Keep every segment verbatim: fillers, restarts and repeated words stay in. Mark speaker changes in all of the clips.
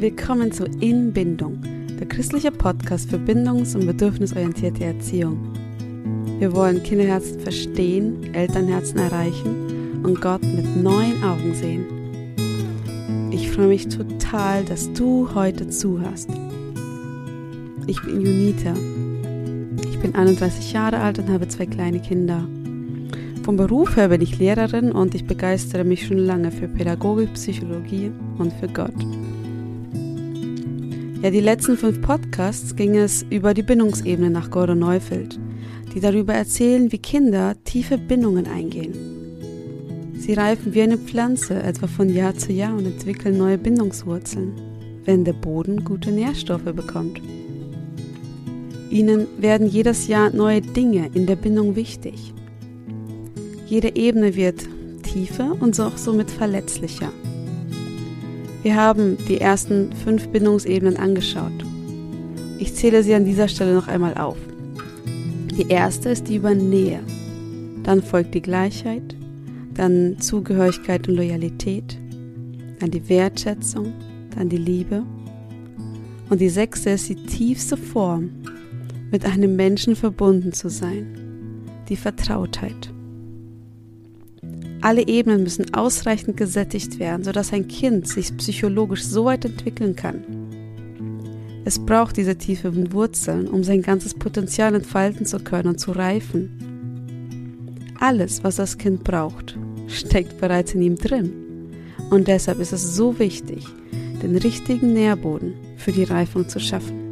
Speaker 1: Willkommen zu In Bindung, der christliche Podcast für bindungs- und bedürfnisorientierte Erziehung. Wir wollen Kinderherzen verstehen, Elternherzen erreichen und Gott mit neuen Augen sehen. Ich freue mich total, dass du heute zuhörst. Ich bin Junita. Ich bin einunddreißig Jahre alt und habe zwei kleine Kinder. Vom Beruf her bin ich Lehrerin und ich begeistere mich schon lange für Pädagogik, Psychologie und für Gott. Ja, die letzten fünf Podcasts ging es über die Bindungsebene nach Gordon Neufeld, die darüber erzählen, wie Kinder tiefe Bindungen eingehen. Sie reifen wie eine Pflanze etwa von Jahr zu Jahr und entwickeln neue Bindungswurzeln, wenn der Boden gute Nährstoffe bekommt. Ihnen werden jedes Jahr neue Dinge in der Bindung wichtig. Jede Ebene wird tiefer und so auch somit verletzlicher. Wir haben die ersten fünf Bindungsebenen angeschaut. Ich zähle sie an dieser Stelle noch einmal auf. Die erste ist die über Nähe. Dann folgt die Gleichheit, dann Zugehörigkeit und Loyalität, dann die Wertschätzung, dann die Liebe. Und die sechste ist die tiefste Form, mit einem Menschen verbunden zu sein, die Vertrautheit. Alle Ebenen müssen ausreichend gesättigt werden, sodass ein Kind sich psychologisch so weit entwickeln kann. Es braucht diese tiefen Wurzeln, um sein ganzes Potenzial entfalten zu können und zu reifen. Alles, was das Kind braucht, steckt bereits in ihm drin. Und deshalb ist es so wichtig, den richtigen Nährboden für die Reifung zu schaffen.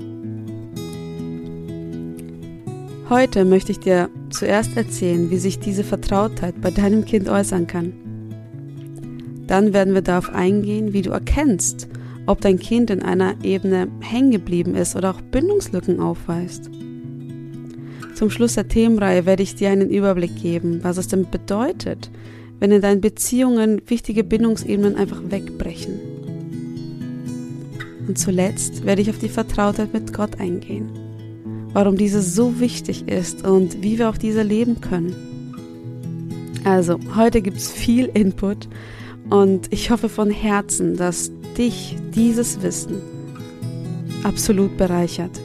Speaker 1: Heute möchte ich dir zuerst erzählen, wie sich diese Vertrautheit bei deinem Kind äußern kann. Dann werden wir darauf eingehen, wie du erkennst, ob dein Kind in einer Ebene hängen geblieben ist oder auch Bindungslücken aufweist. Zum Schluss der Themenreihe werde ich dir einen Überblick geben, was es denn bedeutet, wenn in deinen Beziehungen wichtige Bindungsebenen einfach wegbrechen. Und zuletzt werde ich auf die Vertrautheit mit Gott eingehen, warum diese so wichtig ist und wie wir auch diese leben können. Also, heute gibt es viel Input und ich hoffe von Herzen, dass dich dieses Wissen absolut bereichert.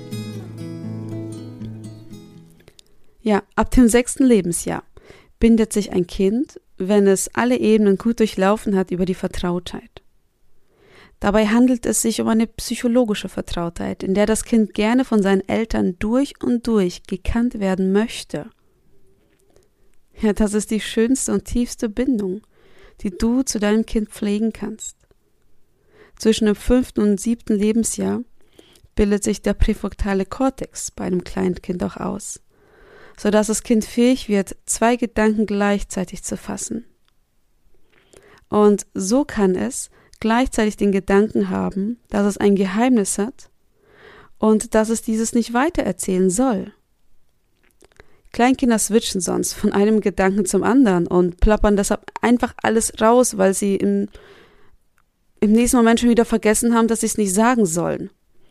Speaker 1: Ja, ab dem sechsten Lebensjahr bindet sich ein Kind, wenn es alle Ebenen gut durchlaufen hat, über die Vertrautheit. Dabei handelt es sich um eine psychologische Vertrautheit, in der das Kind gerne von seinen Eltern durch und durch gekannt werden möchte. Ja, das ist die schönste und tiefste Bindung, die du zu deinem Kind pflegen kannst. Zwischen dem fünften und siebten Lebensjahr bildet sich der präfrontale Kortex bei einem kleinen Kind auch aus, sodass das Kind fähig wird, zwei Gedanken gleichzeitig zu fassen. Und so kann es gleichzeitig den Gedanken haben, dass es ein Geheimnis hat und dass es dieses nicht weitererzählen soll. Kleinkinder switchen sonst von einem Gedanken zum anderen und plappern deshalb einfach alles raus, weil sie im, im nächsten Moment schon wieder vergessen haben, dass sie es nicht sagen sollen.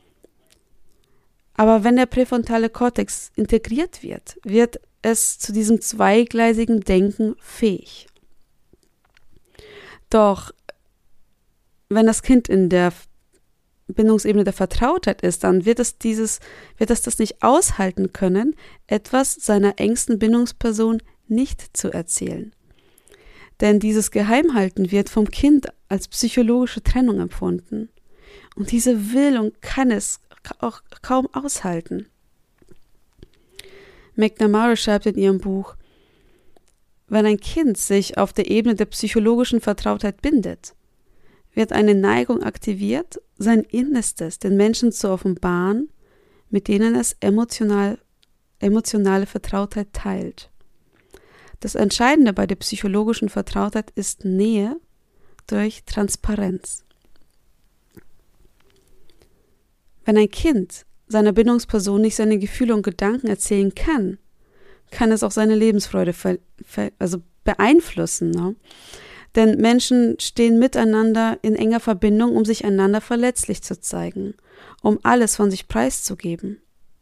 Speaker 1: Aber wenn der präfrontale Kortex integriert wird, wird es zu diesem zweigleisigen Denken fähig. Doch wenn das Kind in der Bindungsebene der Vertrautheit ist, dann wird es dieses, wird es das nicht aushalten können, etwas seiner engsten Bindungsperson nicht zu erzählen. Denn dieses Geheimhalten wird vom Kind als psychologische Trennung empfunden. Und diese will und kann es auch kaum aushalten. McNamara schreibt in ihrem Buch, wenn ein Kind sich auf der Ebene der psychologischen Vertrautheit bindet, wird eine Neigung aktiviert, sein Innerstes den Menschen zu offenbaren, mit denen es emotional, emotionale Vertrautheit teilt. Das Entscheidende bei der psychologischen Vertrautheit ist Nähe durch Transparenz. Wenn ein Kind seiner Bindungsperson nicht seine Gefühle und Gedanken erzählen kann, kann es auch seine Lebensfreude ver, ver, also beeinflussen, ne? Denn Menschen stehen miteinander in enger Verbindung, um sich einander verletzlich zu zeigen, um alles von sich preiszugeben.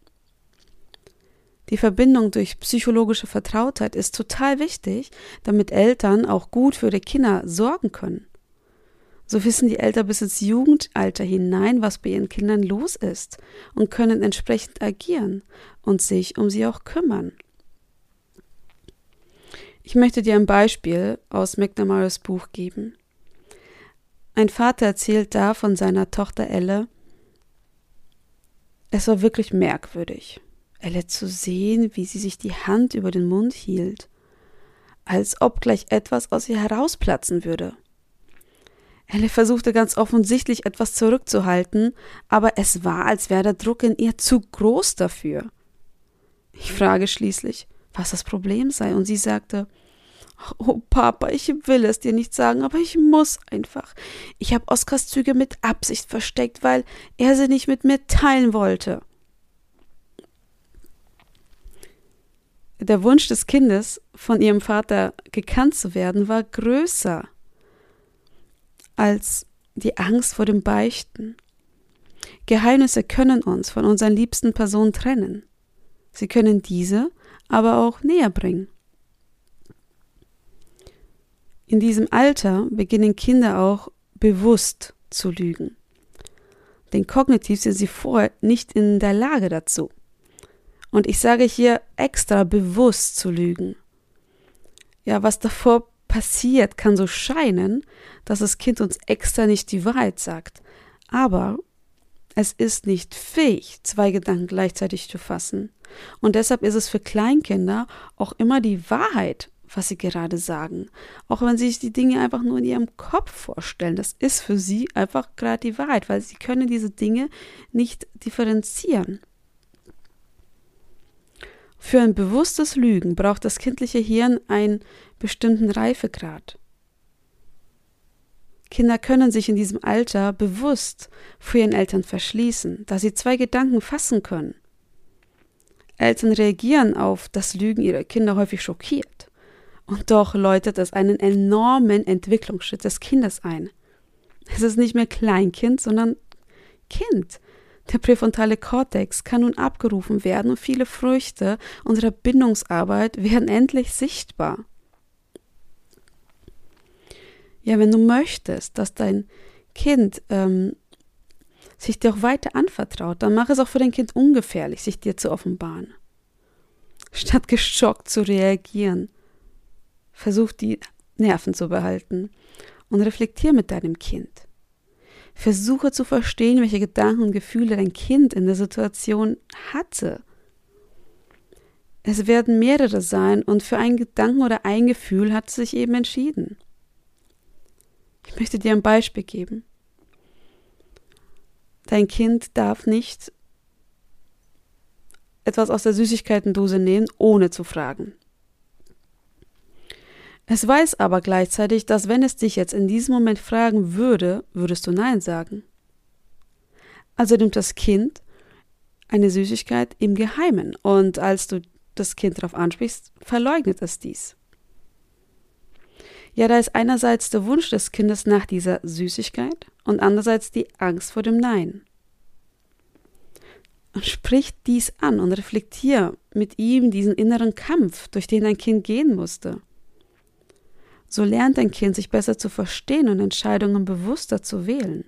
Speaker 1: Die Verbindung durch psychologische Vertrautheit ist total wichtig, damit Eltern auch gut für ihre Kinder sorgen können. So wissen die Eltern bis ins Jugendalter hinein, was bei ihren Kindern los ist und können entsprechend agieren und sich um sie auch kümmern. Ich möchte dir ein Beispiel aus McNamara's Buch geben. Ein Vater erzählt da von seiner Tochter Elle. Es war wirklich merkwürdig, Elle zu sehen, wie sie sich die Hand über den Mund hielt, als ob gleich etwas aus ihr herausplatzen würde. Elle versuchte ganz offensichtlich etwas zurückzuhalten, aber es war, als wäre der Druck in ihr zu groß dafür. Ich frage schließlich, was das Problem sei, und sie sagte, »Oh Papa, ich will es dir nicht sagen, aber ich muss einfach. Ich habe Oskars Züge mit Absicht versteckt, weil er sie nicht mit mir teilen wollte.« Der Wunsch des Kindes, von ihrem Vater gekannt zu werden, war größer als die Angst vor dem Beichten. Geheimnisse können uns von unseren liebsten Personen trennen. Sie können diese aber auch näher bringen. In diesem Alter beginnen Kinder auch bewusst zu lügen. Denn kognitiv sind sie vorher nicht in der Lage dazu. Und ich sage hier extra bewusst zu lügen. Ja, was davor passiert, kann so scheinen, dass das Kind uns extra nicht die Wahrheit sagt. Aber es ist nicht fähig, zwei Gedanken gleichzeitig zu fassen. Und deshalb ist es für Kleinkinder auch immer die Wahrheit, was sie gerade sagen. Auch wenn sie sich die Dinge einfach nur in ihrem Kopf vorstellen. Das ist für sie einfach gerade die Wahrheit, weil sie können diese Dinge nicht differenzieren. Für ein bewusstes Lügen braucht das kindliche Hirn einen bestimmten Reifegrad. Kinder können sich in diesem Alter bewusst vor ihren Eltern verschließen, da sie zwei Gedanken fassen können. Eltern reagieren auf das Lügen ihrer Kinder häufig schockiert. Und doch läutet es einen enormen Entwicklungsschritt des Kindes ein. Es ist nicht mehr Kleinkind, sondern Kind. Der präfrontale Kortex kann nun abgerufen werden und viele Früchte unserer Bindungsarbeit werden endlich sichtbar. Ja, wenn du möchtest, dass dein Kind ähm, sich dir auch weiter anvertraut, dann mach es auch für dein Kind ungefährlich, sich dir zu offenbaren. Statt geschockt zu reagieren, versuch die Nerven zu behalten und reflektier mit deinem Kind. Versuche zu verstehen, welche Gedanken und Gefühle dein Kind in der Situation hatte. Es werden mehrere sein und für einen Gedanken oder ein Gefühl hat es sich eben entschieden. Ich möchte dir ein Beispiel geben. Dein Kind darf nicht etwas aus der Süßigkeitendose nehmen, ohne zu fragen. Es weiß aber gleichzeitig, dass wenn es dich jetzt in diesem Moment fragen würde, würdest du Nein sagen. Also nimmt das Kind eine Süßigkeit im Geheimen und als du das Kind darauf ansprichst, verleugnet es dies. Ja, da ist einerseits der Wunsch des Kindes nach dieser Süßigkeit und andererseits die Angst vor dem Nein. Und sprich dies an und reflektier mit ihm diesen inneren Kampf, durch den dein Kind gehen musste. So lernt dein Kind, sich besser zu verstehen und Entscheidungen bewusster zu wählen.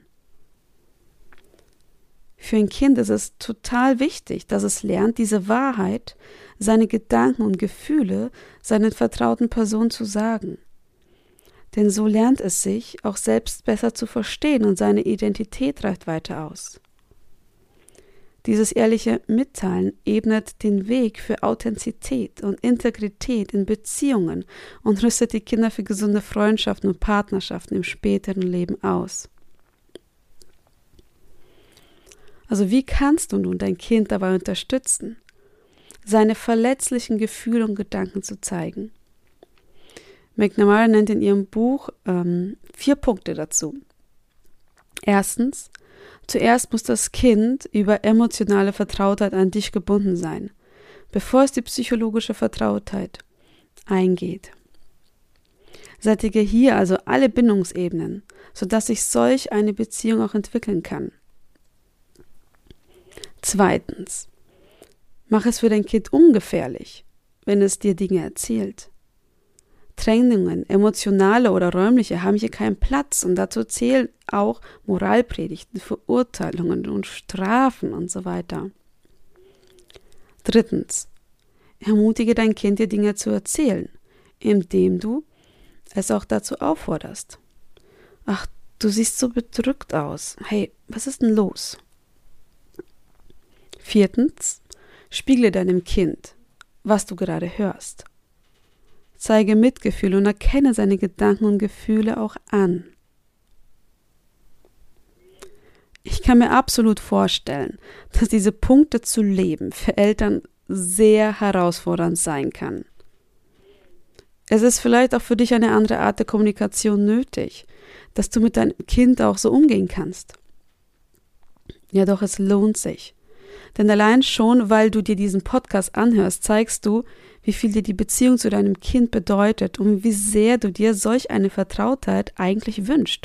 Speaker 1: Für ein Kind ist es total wichtig, dass es lernt, diese Wahrheit, seine Gedanken und Gefühle seinen vertrauten Personen zu sagen. Denn so lernt es sich, auch selbst besser zu verstehen und seine Identität reicht weiter aus. Dieses ehrliche Mitteilen ebnet den Weg für Authentizität und Integrität in Beziehungen und rüstet die Kinder für gesunde Freundschaften und Partnerschaften im späteren Leben aus. Also wie kannst du nun dein Kind dabei unterstützen, seine verletzlichen Gefühle und Gedanken zu zeigen? McNamara nennt in ihrem Buch ähm, vier Punkte dazu. Erstens, zuerst muss das Kind über emotionale Vertrautheit an dich gebunden sein, bevor es die psychologische Vertrautheit eingeht. Sättige hier also alle Bindungsebenen, sodass sich solch eine Beziehung auch entwickeln kann. Zweitens, mach es für dein Kind ungefährlich, wenn es dir Dinge erzählt. Trennungen, emotionale oder räumliche, haben hier keinen Platz und dazu zählen auch Moralpredigten, Verurteilungen und Strafen und so weiter. Drittens, ermutige dein Kind, dir Dinge zu erzählen, indem du es auch dazu aufforderst. Ach, du siehst so bedrückt aus. Hey, was ist denn los? Viertens, spiegle deinem Kind, was du gerade hörst. Zeige Mitgefühl und erkenne seine Gedanken und Gefühle auch an. Ich kann mir absolut vorstellen, dass diese Punkte zu leben für Eltern sehr herausfordernd sein kann. Es ist vielleicht auch für dich eine andere Art der Kommunikation nötig, dass du mit deinem Kind auch so umgehen kannst. Ja, doch es lohnt sich. Denn allein schon, weil du dir diesen Podcast anhörst, zeigst du, wie viel dir die Beziehung zu deinem Kind bedeutet und wie sehr du dir solch eine Vertrautheit eigentlich wünschst.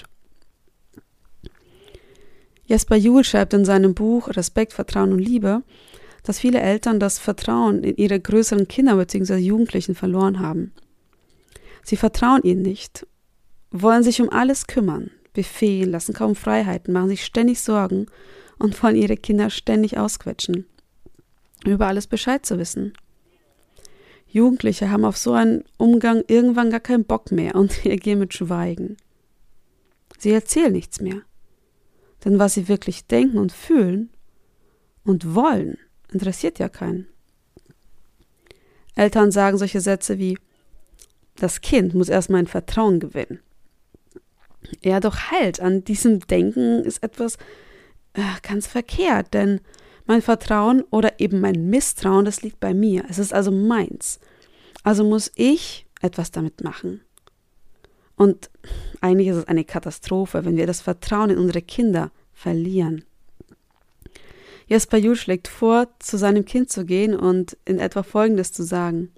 Speaker 1: Jesper Juhl schreibt in seinem Buch Respekt, Vertrauen und Liebe, dass viele Eltern das Vertrauen in ihre größeren Kinder bzw. Jugendlichen verloren haben. Sie vertrauen ihnen nicht, wollen sich um alles kümmern, befehlen, lassen kaum Freiheiten, machen sich ständig Sorgen und wollen ihre Kinder ständig ausquetschen, über alles Bescheid zu wissen. Jugendliche haben auf so einen Umgang irgendwann gar keinen Bock mehr und reagieren mit Schweigen. Sie erzählen nichts mehr. Denn was sie wirklich denken und fühlen und wollen, interessiert ja keinen. Eltern sagen solche Sätze wie: Das Kind muss erst mein Vertrauen gewinnen. Ja, doch halt, an diesem Denken ist etwas äh, ganz verkehrt, denn mein Vertrauen oder eben mein Misstrauen, das liegt bei mir. Es ist also meins. Also muss ich etwas damit machen. Und eigentlich ist es eine Katastrophe, wenn wir das Vertrauen in unsere Kinder verlieren. Jesper Juhl schlägt vor, zu seinem Kind zu gehen und in etwa Folgendes zu sagen: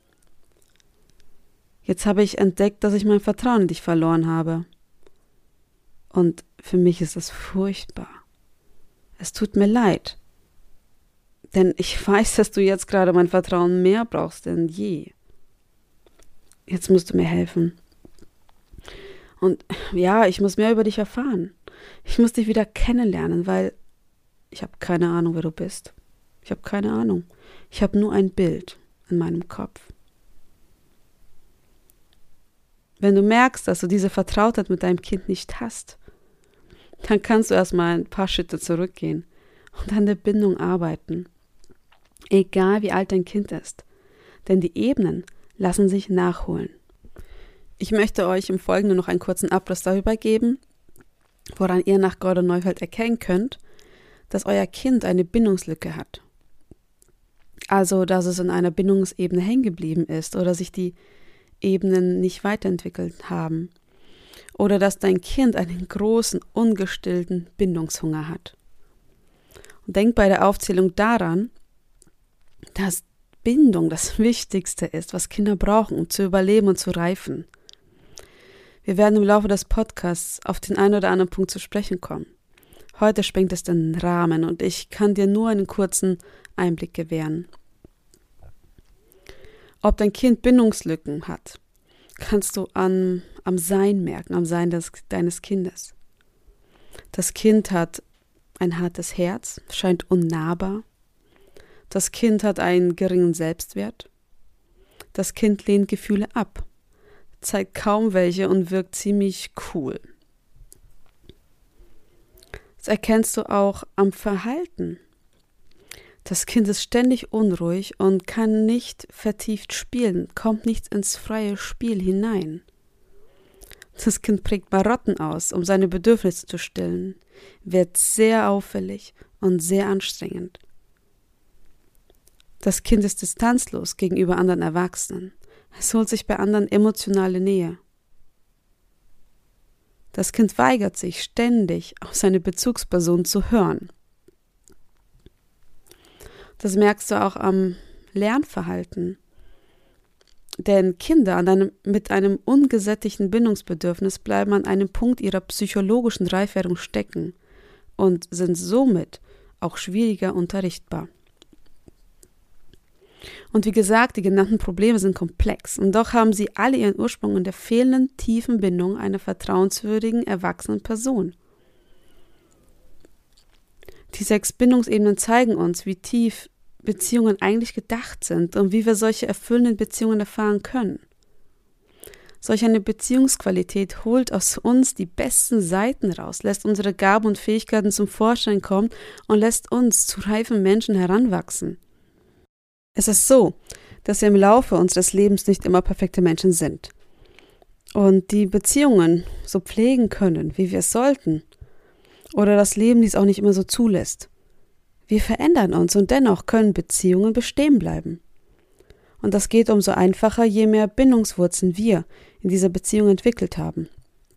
Speaker 1: Jetzt habe ich entdeckt, dass ich mein Vertrauen in dich verloren habe. Und für mich ist es furchtbar. Es tut mir leid. Denn ich weiß, dass du jetzt gerade mein Vertrauen mehr brauchst denn je. Jetzt musst du mir helfen. Und ja, ich muss mehr über dich erfahren. Ich muss dich wieder kennenlernen, weil ich habe keine Ahnung, wer du bist. Ich habe keine Ahnung. Ich habe nur ein Bild in meinem Kopf. Wenn du merkst, dass du diese Vertrautheit mit deinem Kind nicht hast, dann kannst du erstmal ein paar Schritte zurückgehen und an der Bindung arbeiten. Egal wie alt dein Kind ist. Denn die Ebenen lassen sich nachholen. Ich möchte euch im Folgenden noch einen kurzen Abriss darüber geben, woran ihr nach Gordon Neufeld erkennen könnt, dass euer Kind eine Bindungslücke hat. Also, dass es in einer Bindungsebene hängen geblieben ist oder sich die Ebenen nicht weiterentwickelt haben. Oder dass dein Kind einen großen, ungestillten Bindungshunger hat. Und denk bei der Aufzählung daran, dass Bindung das Wichtigste ist, was Kinder brauchen, um zu überleben und zu reifen. Wir werden im Laufe des Podcasts auf den einen oder anderen Punkt zu sprechen kommen. Heute sprengt es den Rahmen und ich kann dir nur einen kurzen Einblick gewähren. Ob dein Kind Bindungslücken hat, kannst du an, am Sein merken, am Sein des, deines Kindes. Das Kind hat ein hartes Herz, scheint unnahbar. Das Kind hat einen geringen Selbstwert. Das Kind lehnt Gefühle ab, zeigt kaum welche und wirkt ziemlich cool. Das erkennst du auch am Verhalten. Das Kind ist ständig unruhig und kann nicht vertieft spielen, kommt nicht ins freie Spiel hinein. Das Kind prägt Marotten aus, um seine Bedürfnisse zu stillen, wird sehr auffällig und sehr anstrengend. Das Kind ist distanzlos gegenüber anderen Erwachsenen. Es holt sich bei anderen emotionale Nähe. Das Kind weigert sich ständig, auf seine Bezugsperson zu hören. Das merkst du auch am Lernverhalten. Denn Kinder an einem, mit einem ungesättigten Bindungsbedürfnis bleiben an einem Punkt ihrer psychologischen Reifwerdung stecken und sind somit auch schwieriger unterrichtbar. Und wie gesagt, die genannten Probleme sind komplex und doch haben sie alle ihren Ursprung in der fehlenden tiefen Bindung einer vertrauenswürdigen, erwachsenen Person. Die sechs Bindungsebenen zeigen uns, wie tief Beziehungen eigentlich gedacht sind und wie wir solche erfüllenden Beziehungen erfahren können. Solch eine Beziehungsqualität holt aus uns die besten Seiten raus, lässt unsere Gaben und Fähigkeiten zum Vorschein kommen und lässt uns zu reifen Menschen heranwachsen. Es ist so, dass wir im Laufe unseres Lebens nicht immer perfekte Menschen sind und die Beziehungen so pflegen können, wie wir es sollten, oder das Leben dies auch nicht immer so zulässt. Wir verändern uns und dennoch können Beziehungen bestehen bleiben. Und das geht umso einfacher, je mehr Bindungswurzeln wir in dieser Beziehung entwickelt haben.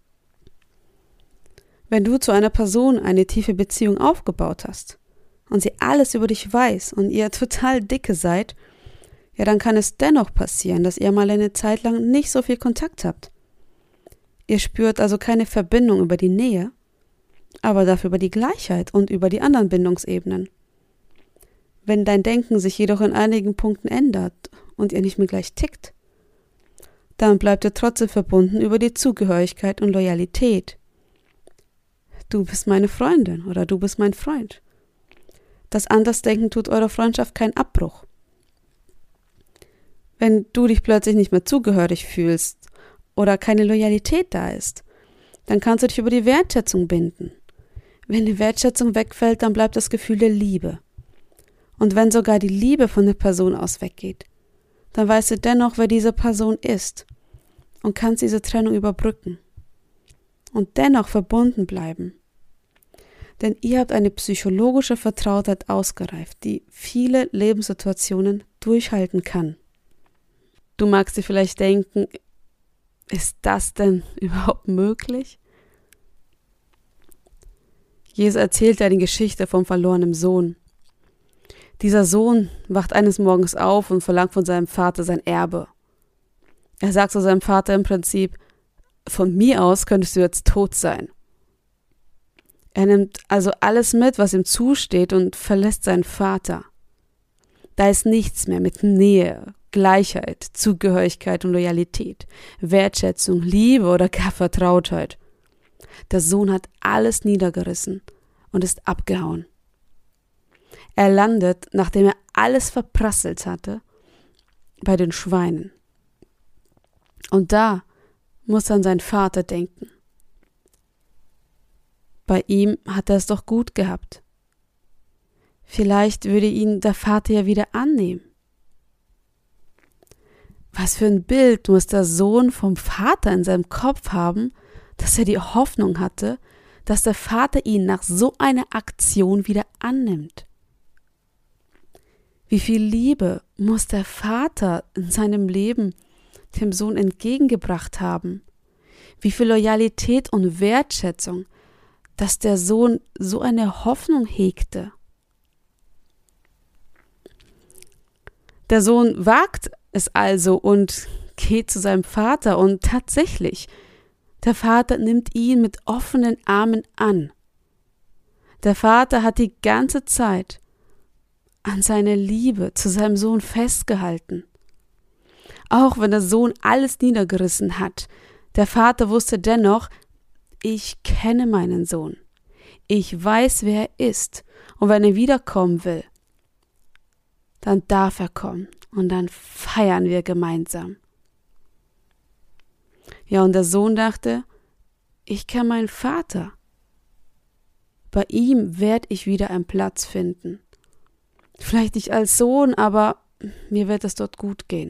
Speaker 1: Wenn du zu einer Person eine tiefe Beziehung aufgebaut hast und sie alles über dich weiß und ihr total dicke seid, ja, dann kann es dennoch passieren, dass ihr mal eine Zeit lang nicht so viel Kontakt habt. Ihr spürt also keine Verbindung über die Nähe, aber dafür über die Gleichheit und über die anderen Bindungsebenen. Wenn dein Denken sich jedoch in einigen Punkten ändert und ihr nicht mehr gleich tickt, dann bleibt ihr trotzdem verbunden über die Zugehörigkeit und Loyalität. Du bist meine Freundin oder du bist mein Freund. Das Andersdenken tut eurer Freundschaft keinen Abbruch. Wenn du dich plötzlich nicht mehr zugehörig fühlst oder keine Loyalität da ist, dann kannst du dich über die Wertschätzung binden. Wenn die Wertschätzung wegfällt, dann bleibt das Gefühl der Liebe. Und wenn sogar die Liebe von der Person aus weggeht, dann weißt du dennoch, wer diese Person ist und kannst diese Trennung überbrücken und dennoch verbunden bleiben. Denn ihr habt eine psychologische Vertrautheit ausgereift, die viele Lebenssituationen durchhalten kann. Du magst dir vielleicht denken, ist das denn überhaupt möglich? Jesus erzählt ja die Geschichte vom verlorenen Sohn. Dieser Sohn wacht eines Morgens auf und verlangt von seinem Vater sein Erbe. Er sagt zu seinem Vater im Prinzip, von mir aus könntest du jetzt tot sein. Er nimmt also alles mit, was ihm zusteht und verlässt seinen Vater. Da ist nichts mehr mit Nähe, Gleichheit, Zugehörigkeit und Loyalität, Wertschätzung, Liebe oder gar Vertrautheit. Der Sohn hat alles niedergerissen und ist abgehauen. Er landet, nachdem er alles verprasselt hatte, bei den Schweinen. Und da muss er an seinen Vater denken. Bei ihm hat er es doch gut gehabt. Vielleicht würde ihn der Vater ja wieder annehmen. Was für ein Bild muss der Sohn vom Vater in seinem Kopf haben, dass er die Hoffnung hatte, dass der Vater ihn nach so einer Aktion wieder annimmt. Wie viel Liebe muss der Vater in seinem Leben dem Sohn entgegengebracht haben? Wie viel Loyalität und Wertschätzung, dass der Sohn so eine Hoffnung hegte? Der Sohn wagt es also und geht zu seinem Vater und tatsächlich, der Vater nimmt ihn mit offenen Armen an. Der Vater hat die ganze Zeit an seiner Liebe zu seinem Sohn festgehalten. Auch wenn der Sohn alles niedergerissen hat, der Vater wusste dennoch, ich kenne meinen Sohn. Ich weiß, wer er ist. Und wenn er wiederkommen will, dann darf er kommen und dann feiern wir gemeinsam. Ja, und der Sohn dachte, ich kenne meinen Vater. Bei ihm werde ich wieder einen Platz finden. Vielleicht nicht als Sohn, aber mir wird es dort gut gehen.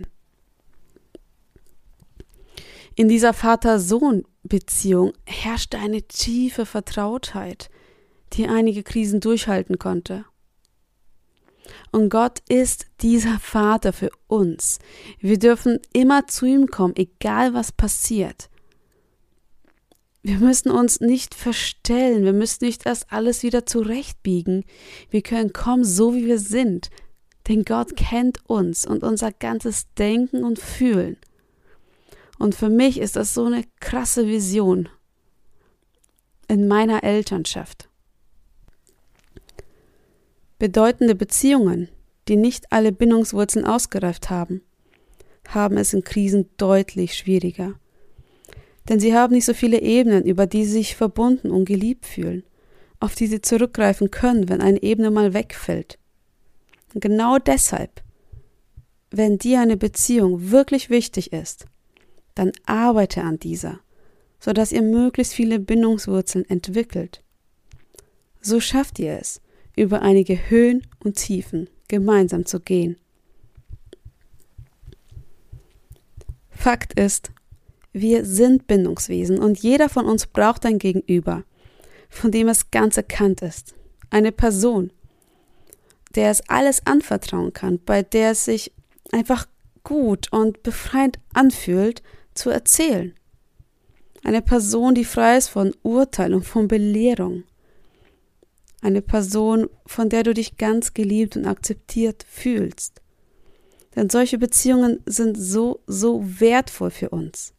Speaker 1: In dieser Vater-Sohn-Beziehung herrschte eine tiefe Vertrautheit, die einige Krisen durchhalten konnte. Und Gott ist dieser Vater für uns. Wir dürfen immer zu ihm kommen, egal was passiert. Wir müssen uns nicht verstellen, wir müssen nicht erst alles wieder zurechtbiegen. Wir können kommen, so wie wir sind, denn Gott kennt uns und unser ganzes Denken und Fühlen. Und für mich ist das so eine krasse Vision in meiner Elternschaft. Bedeutende Beziehungen, die nicht alle Bindungswurzeln ausgereift haben, haben es in Krisen deutlich schwieriger. Denn sie haben nicht so viele Ebenen, über die sie sich verbunden und geliebt fühlen, auf die sie zurückgreifen können, wenn eine Ebene mal wegfällt. Und genau deshalb, wenn dir eine Beziehung wirklich wichtig ist, dann arbeite an dieser, sodass ihr möglichst viele Bindungswurzeln entwickelt. So schafft ihr es, über einige Höhen und Tiefen gemeinsam zu gehen. Fakt ist, wir sind Bindungswesen und jeder von uns braucht ein Gegenüber, von dem es ganz erkannt ist. Eine Person, der es alles anvertrauen kann, bei der es sich einfach gut und befreiend anfühlt, zu erzählen. Eine Person, die frei ist von Urteil und von Belehrung. Eine Person, von der du dich ganz geliebt und akzeptiert fühlst. Denn solche Beziehungen sind so, so wertvoll für uns.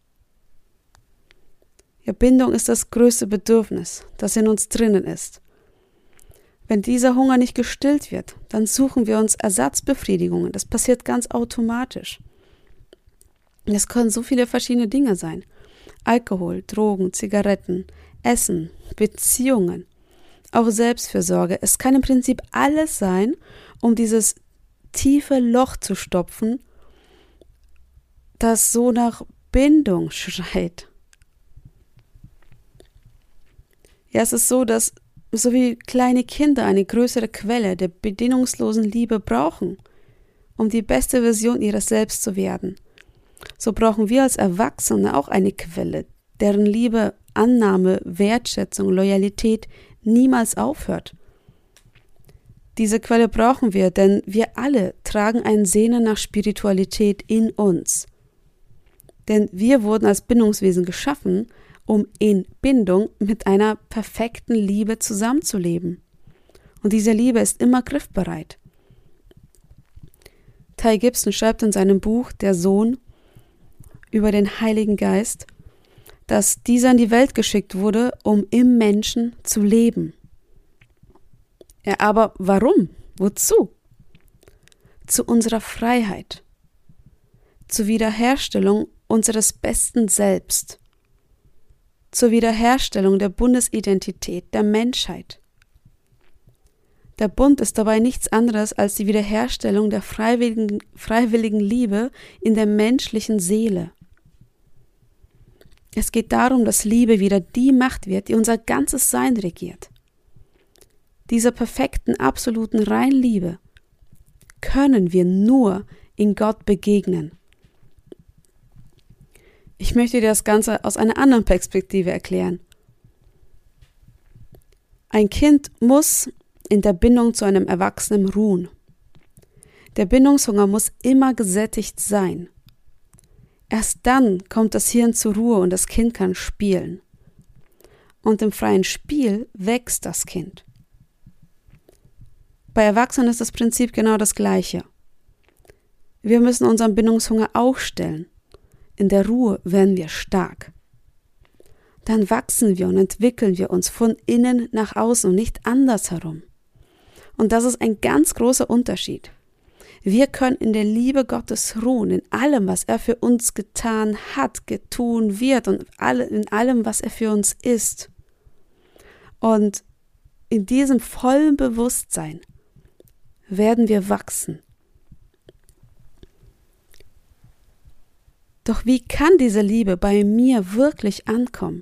Speaker 1: Ja, Bindung ist das größte Bedürfnis, das in uns drinnen ist. Wenn dieser Hunger nicht gestillt wird, dann suchen wir uns Ersatzbefriedigungen. Das passiert ganz automatisch. Es können so viele verschiedene Dinge sein. Alkohol, Drogen, Zigaretten, Essen, Beziehungen, auch Selbstfürsorge. Es kann im Prinzip alles sein, um dieses tiefe Loch zu stopfen, das so nach Bindung schreit. Ja, es ist so, dass so wie kleine Kinder eine größere Quelle der bedingungslosen Liebe brauchen, um die beste Version ihres Selbst zu werden. So brauchen wir als Erwachsene auch eine Quelle, deren Liebe, Annahme, Wertschätzung, Loyalität niemals aufhört. Diese Quelle brauchen wir, denn wir alle tragen ein Sehnen nach Spiritualität in uns. Denn wir wurden als Bindungswesen geschaffen, um in Bindung mit einer perfekten Liebe zusammenzuleben. Und diese Liebe ist immer griffbereit. Ty Gibson schreibt in seinem Buch Der Sohn über den Heiligen Geist, dass dieser in die Welt geschickt wurde, um im Menschen zu leben. Ja, aber warum? Wozu? Zu unserer Freiheit, zur Wiederherstellung unseres besten Selbst, zur Wiederherstellung der Bundesidentität der Menschheit. Der Bund ist dabei nichts anderes als die Wiederherstellung der freiwilligen, freiwilligen Liebe in der menschlichen Seele. Es geht darum, dass Liebe wieder die Macht wird, die unser ganzes Sein regiert. Dieser perfekten, absoluten, reinen Liebe können wir nur in Gott begegnen. Ich möchte dir das Ganze aus einer anderen Perspektive erklären. Ein Kind muss in der Bindung zu einem Erwachsenen ruhen. Der Bindungshunger muss immer gesättigt sein. Erst dann kommt das Hirn zur Ruhe und das Kind kann spielen. Und im freien Spiel wächst das Kind. Bei Erwachsenen ist das Prinzip genau das Gleiche. Wir müssen unseren Bindungshunger auch stillen. In der Ruhe werden wir stark. Dann wachsen wir und entwickeln wir uns von innen nach außen und nicht andersherum. Und das ist ein ganz großer Unterschied. Wir können in der Liebe Gottes ruhen, in allem, was er für uns getan hat, getun wird und in allem, was er für uns ist. Und in diesem vollen Bewusstsein werden wir wachsen. Doch wie kann diese Liebe bei mir wirklich ankommen?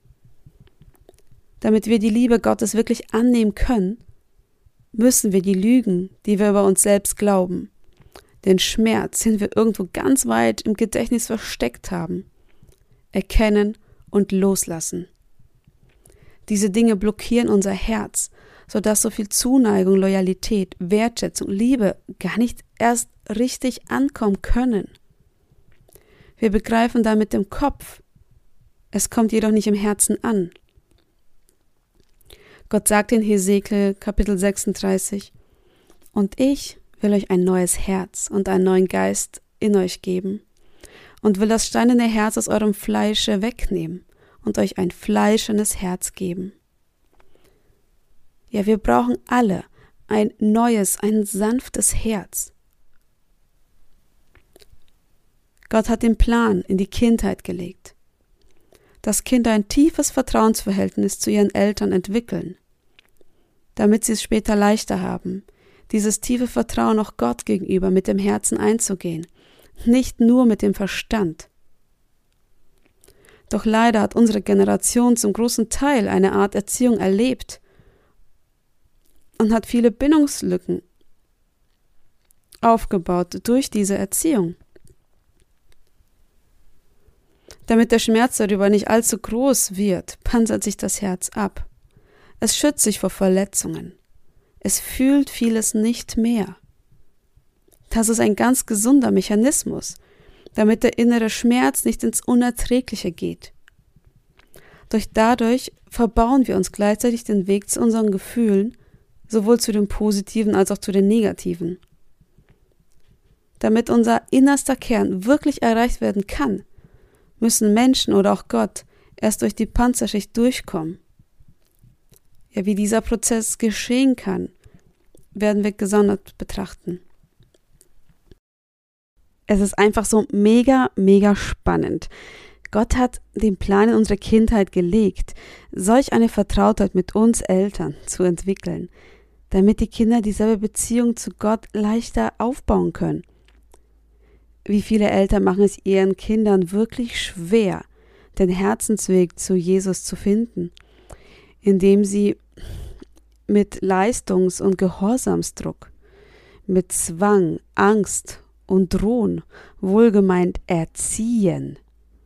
Speaker 1: Damit wir die Liebe Gottes wirklich annehmen können, müssen wir die Lügen, die wir über uns selbst glauben, den Schmerz, den wir irgendwo ganz weit im Gedächtnis versteckt haben, erkennen und loslassen. Diese Dinge blockieren unser Herz, sodass so viel Zuneigung, Loyalität, Wertschätzung, Liebe gar nicht erst richtig ankommen können. Wir begreifen da mit dem Kopf, es kommt jedoch nicht im Herzen an. Gott sagt in Hesekiel Kapitel sechsunddreißig, und ich will euch ein neues Herz und einen neuen Geist in euch geben und will das steinerne Herz aus eurem Fleische wegnehmen und euch ein fleischendes Herz geben. Ja, wir brauchen alle ein neues, ein sanftes Herz. Gott hat den Plan in die Kindheit gelegt, dass Kinder ein tiefes Vertrauensverhältnis zu ihren Eltern entwickeln, damit sie es später leichter haben, dieses tiefe Vertrauen auch Gott gegenüber mit dem Herzen einzugehen, nicht nur mit dem Verstand. Doch leider hat unsere Generation zum großen Teil eine Art Erziehung erlebt und hat viele Bindungslücken aufgebaut durch diese Erziehung. Damit der Schmerz darüber nicht allzu groß wird, panzert sich das Herz ab. Es schützt sich vor Verletzungen. Es fühlt vieles nicht mehr. Das ist ein ganz gesunder Mechanismus, damit der innere Schmerz nicht ins Unerträgliche geht. Doch dadurch verbauen wir uns gleichzeitig den Weg zu unseren Gefühlen, sowohl zu den positiven als auch zu den negativen. Damit unser innerster Kern wirklich erreicht werden kann, müssen Menschen oder auch Gott erst durch die Panzerschicht durchkommen. Ja, wie dieser Prozess geschehen kann, werden wir gesondert betrachten. Es ist einfach so mega, mega spannend. Gott hat den Plan in unsere Kindheit gelegt, solch eine Vertrautheit mit uns Eltern zu entwickeln, damit die Kinder dieselbe Beziehung zu Gott leichter aufbauen können. Wie viele Eltern machen es ihren Kindern wirklich schwer, den Herzensweg zu Jesus zu finden, indem sie mit Leistungs- und Gehorsamsdruck, mit Zwang, Angst und Drohen wohlgemeint erziehen.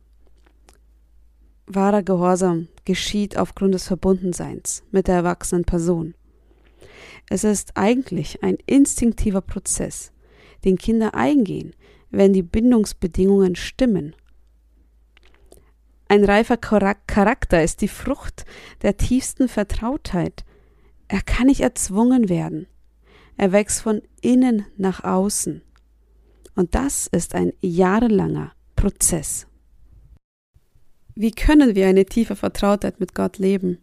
Speaker 1: Wahrer Gehorsam geschieht aufgrund des Verbundenseins mit der erwachsenen Person. Es ist eigentlich ein instinktiver Prozess, den Kinder eingehen, wenn die Bindungsbedingungen stimmen. Ein reifer Charakter ist die Frucht der tiefsten Vertrautheit. Er kann nicht erzwungen werden. Er wächst von innen nach außen. Und das ist ein jahrelanger Prozess. Wie können wir eine tiefe Vertrautheit mit Gott leben?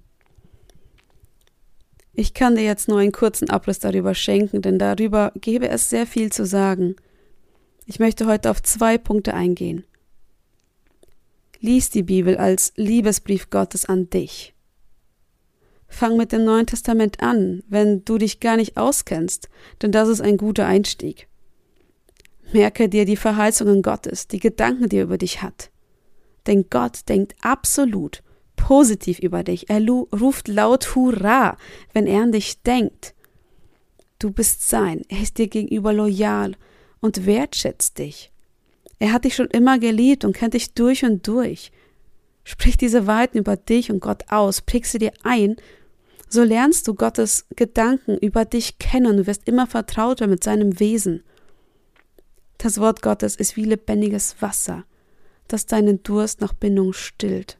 Speaker 1: Ich kann dir jetzt nur einen kurzen Abriss darüber schenken, denn darüber gäbe es sehr viel zu sagen. Ich möchte heute auf zwei Punkte eingehen. Lies die Bibel als Liebesbrief Gottes an dich. Fang mit dem Neuen Testament an, wenn du dich gar nicht auskennst, denn das ist ein guter Einstieg. Merke dir die Verheißungen Gottes, die Gedanken, die er über dich hat. Denn Gott denkt absolut positiv über dich. Er ruft laut Hurra, wenn er an dich denkt. Du bist sein, er ist dir gegenüber loyal und wertschätzt dich. Er hat dich schon immer geliebt und kennt dich durch und durch. Sprich diese Wahrheiten über dich und Gott aus, präg sie dir ein, so lernst du Gottes Gedanken über dich kennen und du wirst immer vertrauter mit seinem Wesen. Das Wort Gottes ist wie lebendiges Wasser, das deinen Durst nach Bindung stillt.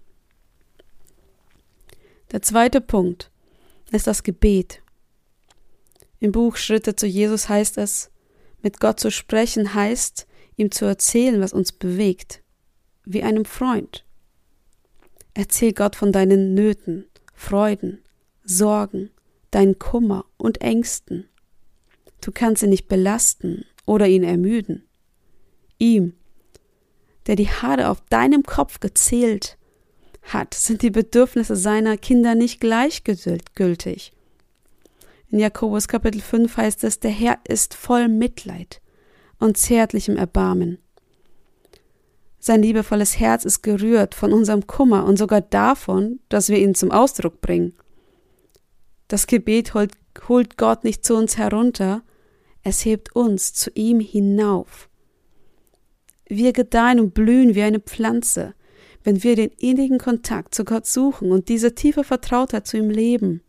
Speaker 1: Der zweite Punkt ist das Gebet. Im Buch Schritte zu Jesus heißt es, mit Gott zu sprechen heißt, ihm zu erzählen, was uns bewegt, wie einem Freund. Erzähl Gott von deinen Nöten, Freuden, Sorgen, deinen Kummer und Ängsten. Du kannst ihn nicht belasten oder ihn ermüden. Ihm, der die Haare auf deinem Kopf gezählt hat, sind die Bedürfnisse seiner Kinder nicht gleichgültig. In Jakobus Kapitel fünf heißt es, der Herr ist voll Mitleid und zärtlichem Erbarmen. Sein liebevolles Herz ist gerührt von unserem Kummer und sogar davon, dass wir ihn zum Ausdruck bringen. Das Gebet holt, holt Gott nicht zu uns herunter, es hebt uns zu ihm hinauf. Wir gedeihen und blühen wie eine Pflanze, wenn wir den innigen Kontakt zu Gott suchen und diese tiefe Vertrautheit zu ihm leben.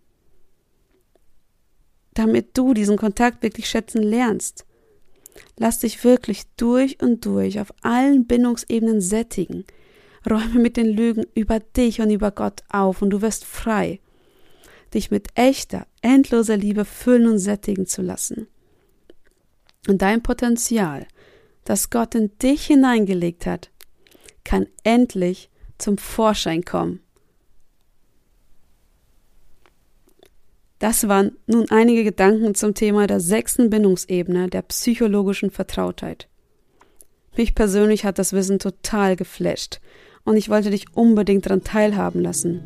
Speaker 1: Damit du diesen Kontakt wirklich schätzen lernst, lass dich wirklich durch und durch auf allen Bindungsebenen sättigen. Räume mit den Lügen über dich und über Gott auf und du wirst frei, dich mit echter, endloser Liebe füllen und sättigen zu lassen. Und dein Potenzial, das Gott in dich hineingelegt hat, kann endlich zum Vorschein kommen. Das waren nun einige Gedanken zum Thema der sechsten Bindungsebene der psychologischen Vertrautheit. Mich persönlich hat das Wissen total geflasht und ich wollte dich unbedingt daran teilhaben lassen.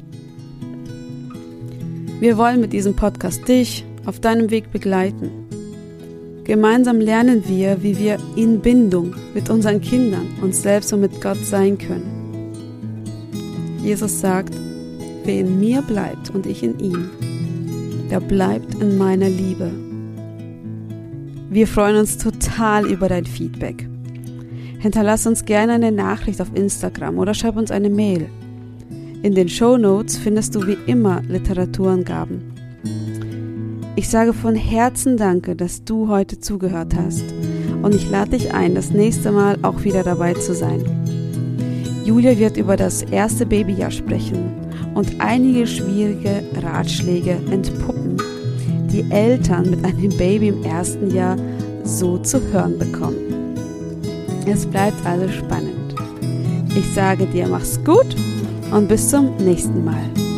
Speaker 1: Wir wollen mit diesem Podcast dich auf deinem Weg begleiten. Gemeinsam lernen wir, wie wir in Bindung mit unseren Kindern, uns selbst und mit Gott sein können. Jesus sagt, wer in mir bleibt und ich in ihm, der bleibt in meiner Liebe. Wir freuen uns total über dein Feedback. Hinterlass uns gerne eine Nachricht auf Instagram oder schreib uns eine Mail. In den Shownotes findest du wie immer Literaturangaben. Ich sage von Herzen Danke, dass du heute zugehört hast und ich lade dich ein, das nächste Mal auch wieder dabei zu sein. Julia wird über das erste Babyjahr sprechen und einige schwierige Ratschläge entpuppen, die Eltern mit einem Baby im ersten Jahr so zu hören bekommen. Es bleibt also spannend. Ich sage dir, mach's gut und bis zum nächsten Mal.